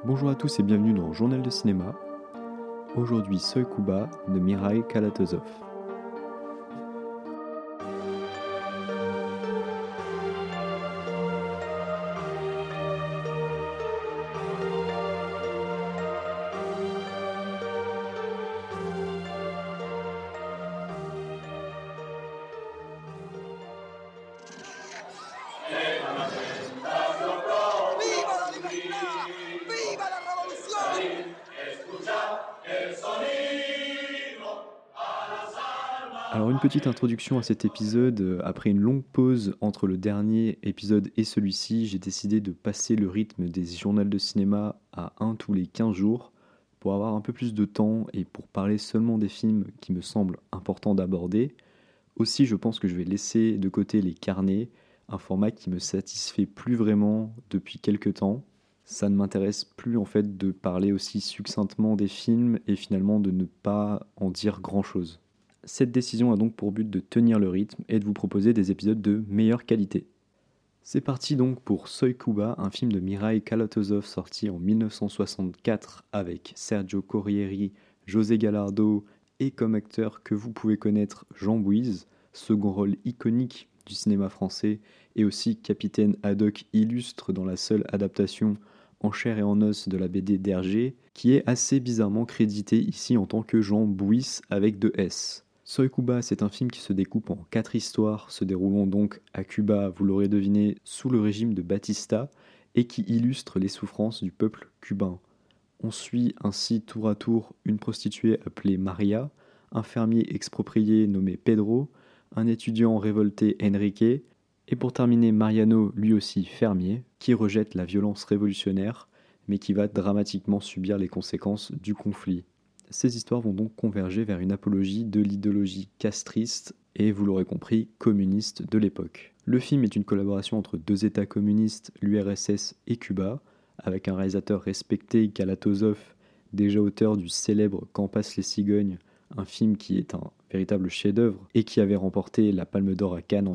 Bonjour à tous et bienvenue dans Journal de cinéma. Aujourd'hui, Soy Kuba de Mikhail Kalatozov. ¡Viva la libertad! ¡Viva la revolución! Alors une petite introduction à cet épisode. Après une longue pause entre le dernier épisode et celui-ci, j'ai décidé de passer le rythme des journaux de cinéma à un tous les 15 jours pour avoir un peu plus de temps et pour parler seulement des films qui me semblent importants d'aborder. Aussi, je pense que je vais laisser de côté les carnets, un format qui me satisfait plus vraiment depuis quelques temps. Ça ne m'intéresse plus en fait de parler aussi succinctement des films et finalement de ne pas en dire grand-chose. Cette décision a donc pour but de tenir le rythme et de vous proposer des épisodes de meilleure qualité. C'est parti donc pour Soy Kuba, un film de Mikhail Kalatozov sorti en 1964 avec Sergio Corrieri, José Gallardo et comme acteur que vous pouvez connaître Jean Bouise, second rôle iconique du cinéma français et aussi capitaine Haddock illustre dans la seule adaptation en chair et en os de la BD d'Hergé, qui est assez bizarrement crédité ici en tant que Jean Bouis avec 2 S. Soy Cuba, c'est un film qui se découpe en 4 histoires, se déroulant donc à Cuba, vous l'aurez deviné, sous le régime de Batista, et qui illustre les souffrances du peuple cubain. On suit ainsi tour à tour une prostituée appelée Maria, un fermier exproprié nommé Pedro, un étudiant révolté Enrique, et pour terminer Mariano, lui aussi fermier, qui rejette la violence révolutionnaire, mais qui va dramatiquement subir les conséquences du conflit. Ces histoires vont donc converger vers une apologie de l'idéologie castriste et, vous l'aurez compris, communiste de l'époque. Le film est une collaboration entre deux États communistes, l'URSS et Cuba, avec un réalisateur respecté, Kalatozov, déjà auteur du célèbre Quand passent les cigognes, un film qui est un véritable chef-d'œuvre et qui avait remporté la Palme d'Or à Cannes en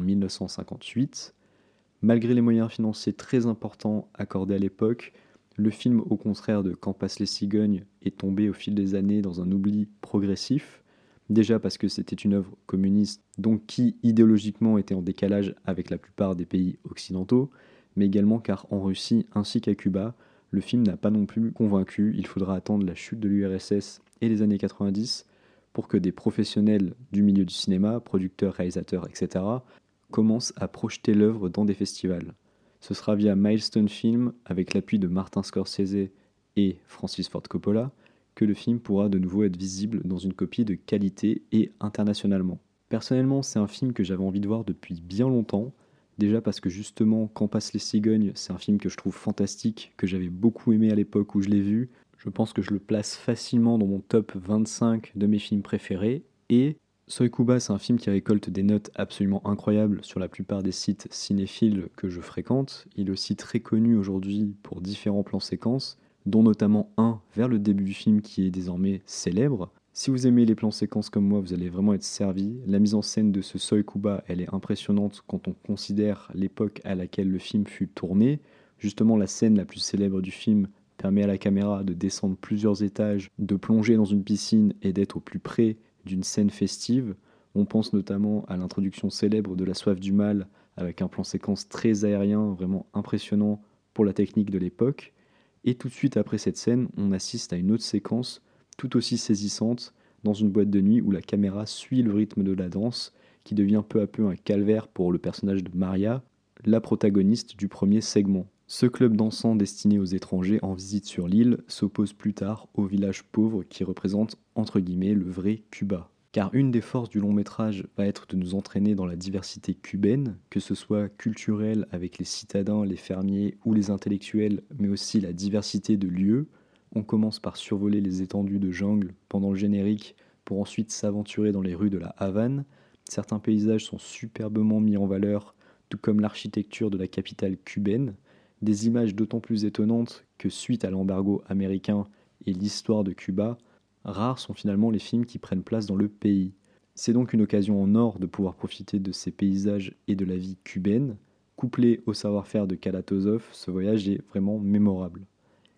1958. Malgré les moyens financiers très importants accordés à l'époque, le film, au contraire de Quand passent les cigognes, est tombé au fil des années dans un oubli progressif. Déjà parce que c'était une œuvre communiste, donc qui idéologiquement était en décalage avec la plupart des pays occidentaux, mais également car en Russie ainsi qu'à Cuba, le film n'a pas non plus convaincu. Il faudra attendre la chute de l'URSS et les années 90 pour que des professionnels du milieu du cinéma, producteurs, réalisateurs, etc., commencent à projeter l'œuvre dans des festivals. Ce sera via Milestone Film, avec l'appui de Martin Scorsese et Francis Ford Coppola, que le film pourra de nouveau être visible dans une copie de qualité et internationalement. Personnellement, c'est un film que j'avais envie de voir depuis bien longtemps, déjà parce que justement, Quand passent les cigognes, c'est un film que je trouve fantastique, que j'avais beaucoup aimé à l'époque où je l'ai vu. Je pense que je le place facilement dans mon top 25 de mes films préférés, et Soy Cuba, c'est un film qui récolte des notes absolument incroyables sur la plupart des sites cinéphiles que je fréquente. Il est aussi très connu aujourd'hui pour différents plans séquences, dont notamment un vers le début du film qui est désormais célèbre. Si vous aimez les plans séquences comme moi, vous allez vraiment être servi. La mise en scène de ce Soy Cuba, elle est impressionnante quand on considère l'époque à laquelle le film fut tourné. Justement, la scène la plus célèbre du film permet à la caméra de descendre plusieurs étages, de plonger dans une piscine et d'être au plus près d'une scène festive. On pense notamment à l'introduction célèbre de La Soif du Mal, avec un plan séquence très aérien, vraiment impressionnant pour la technique de l'époque. Et tout de suite après cette scène, on assiste à une autre séquence, tout aussi saisissante, dans une boîte de nuit où la caméra suit le rythme de la danse, qui devient peu à peu un calvaire pour le personnage de Maria, la protagoniste du premier segment. Ce club dansant destiné aux étrangers en visite sur l'île s'oppose plus tard au village pauvre qui représente entre guillemets le vrai Cuba. Car une des forces du long métrage va être de nous entraîner dans la diversité cubaine, que ce soit culturelle avec les citadins, les fermiers ou les intellectuels, mais aussi la diversité de lieux. On commence par survoler les étendues de jungle pendant le générique pour ensuite s'aventurer dans les rues de la Havane. Certains paysages sont superbement mis en valeur, tout comme l'architecture de la capitale cubaine. Des images d'autant plus étonnantes que suite à l'embargo américain et l'histoire de Cuba, rares sont finalement les films qui prennent place dans le pays. C'est donc une occasion en or de pouvoir profiter de ces paysages et de la vie cubaine. Couplé au savoir-faire de Kalatozov, ce voyage est vraiment mémorable.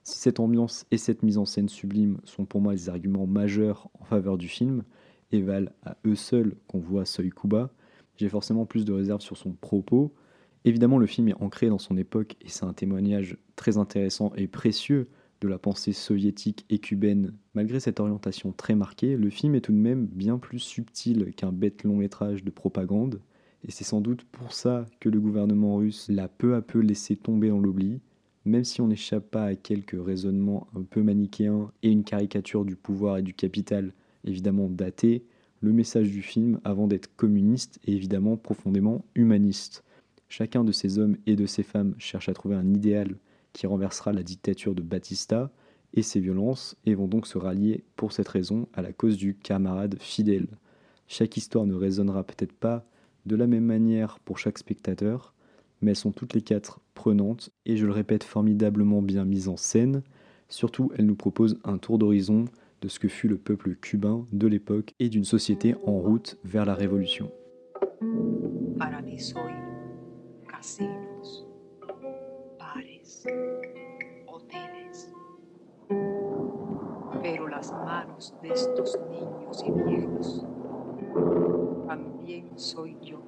Si cette ambiance et cette mise en scène sublime sont pour moi les arguments majeurs en faveur du film, et valent à eux seuls qu'on voit Seuil Kuba, j'ai forcément plus de réserves sur son propos. Évidemment, le film est ancré dans son époque et c'est un témoignage très intéressant et précieux de la pensée soviétique et cubaine. Malgré cette orientation très marquée, le film est tout de même bien plus subtil qu'un bête long métrage de propagande, et c'est sans doute pour ça que le gouvernement russe l'a peu à peu laissé tomber dans l'oubli, même si on n'échappe pas à quelques raisonnements un peu manichéens et une caricature du pouvoir et du capital évidemment daté. Le message du film, avant d'être communiste, est évidemment profondément humaniste. Chacun de ces hommes et de ces femmes cherche à trouver un idéal qui renversera la dictature de Batista et ses violences, et vont donc se rallier pour cette raison à la cause du camarade fidèle. Chaque histoire ne résonnera peut-être pas de la même manière pour chaque spectateur, mais elles sont toutes les quatre prenantes et, je le répète, formidablement bien mises en scène. Surtout, elles nous proposent un tour d'horizon de ce que fut le peuple cubain de l'époque et d'une société en route vers la révolution. Para mí soy casinos, bares, hoteles. Pero las manos de estos niños y viejos también soy yo.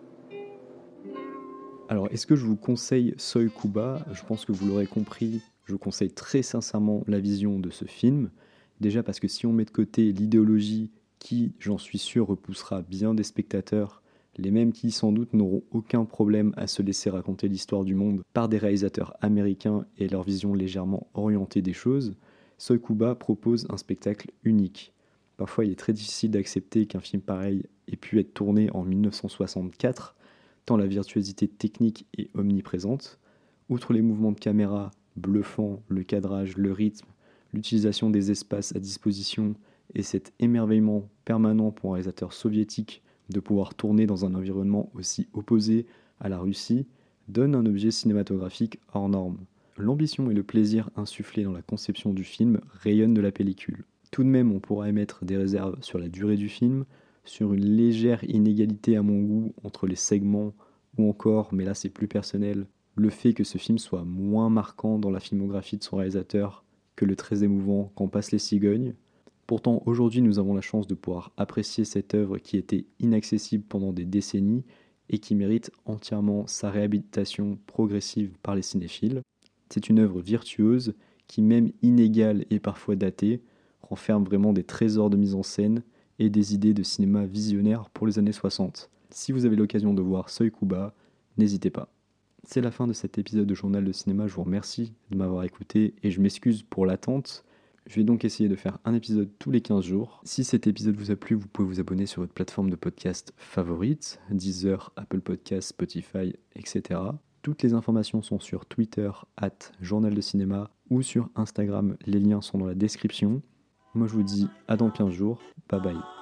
Alors, est-ce que je vous conseille Soy Cuba? Je pense que vous l'aurez compris, je conseille très sincèrement la vision de ce film. Déjà parce que si on met de côté l'idéologie qui, j'en suis sûr, repoussera bien des spectateurs, les mêmes qui sans doute n'auront aucun problème à se laisser raconter l'histoire du monde par des réalisateurs américains et leur vision légèrement orientée des choses, Soy Cuba propose un spectacle unique. Parfois il est très difficile d'accepter qu'un film pareil ait pu être tourné en 1964, tant la virtuosité technique est omniprésente. Outre les mouvements de caméra bluffants, le cadrage, le rythme, l'utilisation des espaces à disposition et cet émerveillement permanent pour un réalisateur soviétique de pouvoir tourner dans un environnement aussi opposé à la Russie donne un objet cinématographique hors norme. L'ambition et le plaisir insufflés dans la conception du film rayonnent de la pellicule. Tout de même, on pourra émettre des réserves sur la durée du film, sur une légère inégalité à mon goût entre les segments, ou encore, mais là c'est plus personnel, le fait que ce film soit moins marquant dans la filmographie de son réalisateur que le très émouvant Quand passent les cigognes. Pourtant, aujourd'hui, nous avons la chance de pouvoir apprécier cette œuvre qui était inaccessible pendant des décennies et qui mérite entièrement sa réhabilitation progressive par les cinéphiles. C'est une œuvre virtueuse qui, même inégale et parfois datée, renferme vraiment des trésors de mise en scène et des idées de cinéma visionnaire pour les années 60. Si vous avez l'occasion de voir Seuil Kuba, n'hésitez pas. C'est la fin de cet épisode de Journal de Cinéma, je vous remercie de m'avoir écouté et je m'excuse pour l'attente. Je vais donc essayer de faire un épisode tous les 15 jours. Si cet épisode vous a plu, vous pouvez vous abonner sur votre plateforme de podcast favorite, Deezer, Apple Podcasts, Spotify, etc. Toutes les informations sont sur Twitter, @Journal de Cinéma, ou sur Instagram, les liens sont dans la description. Moi je vous dis à dans 15 jours, bye bye.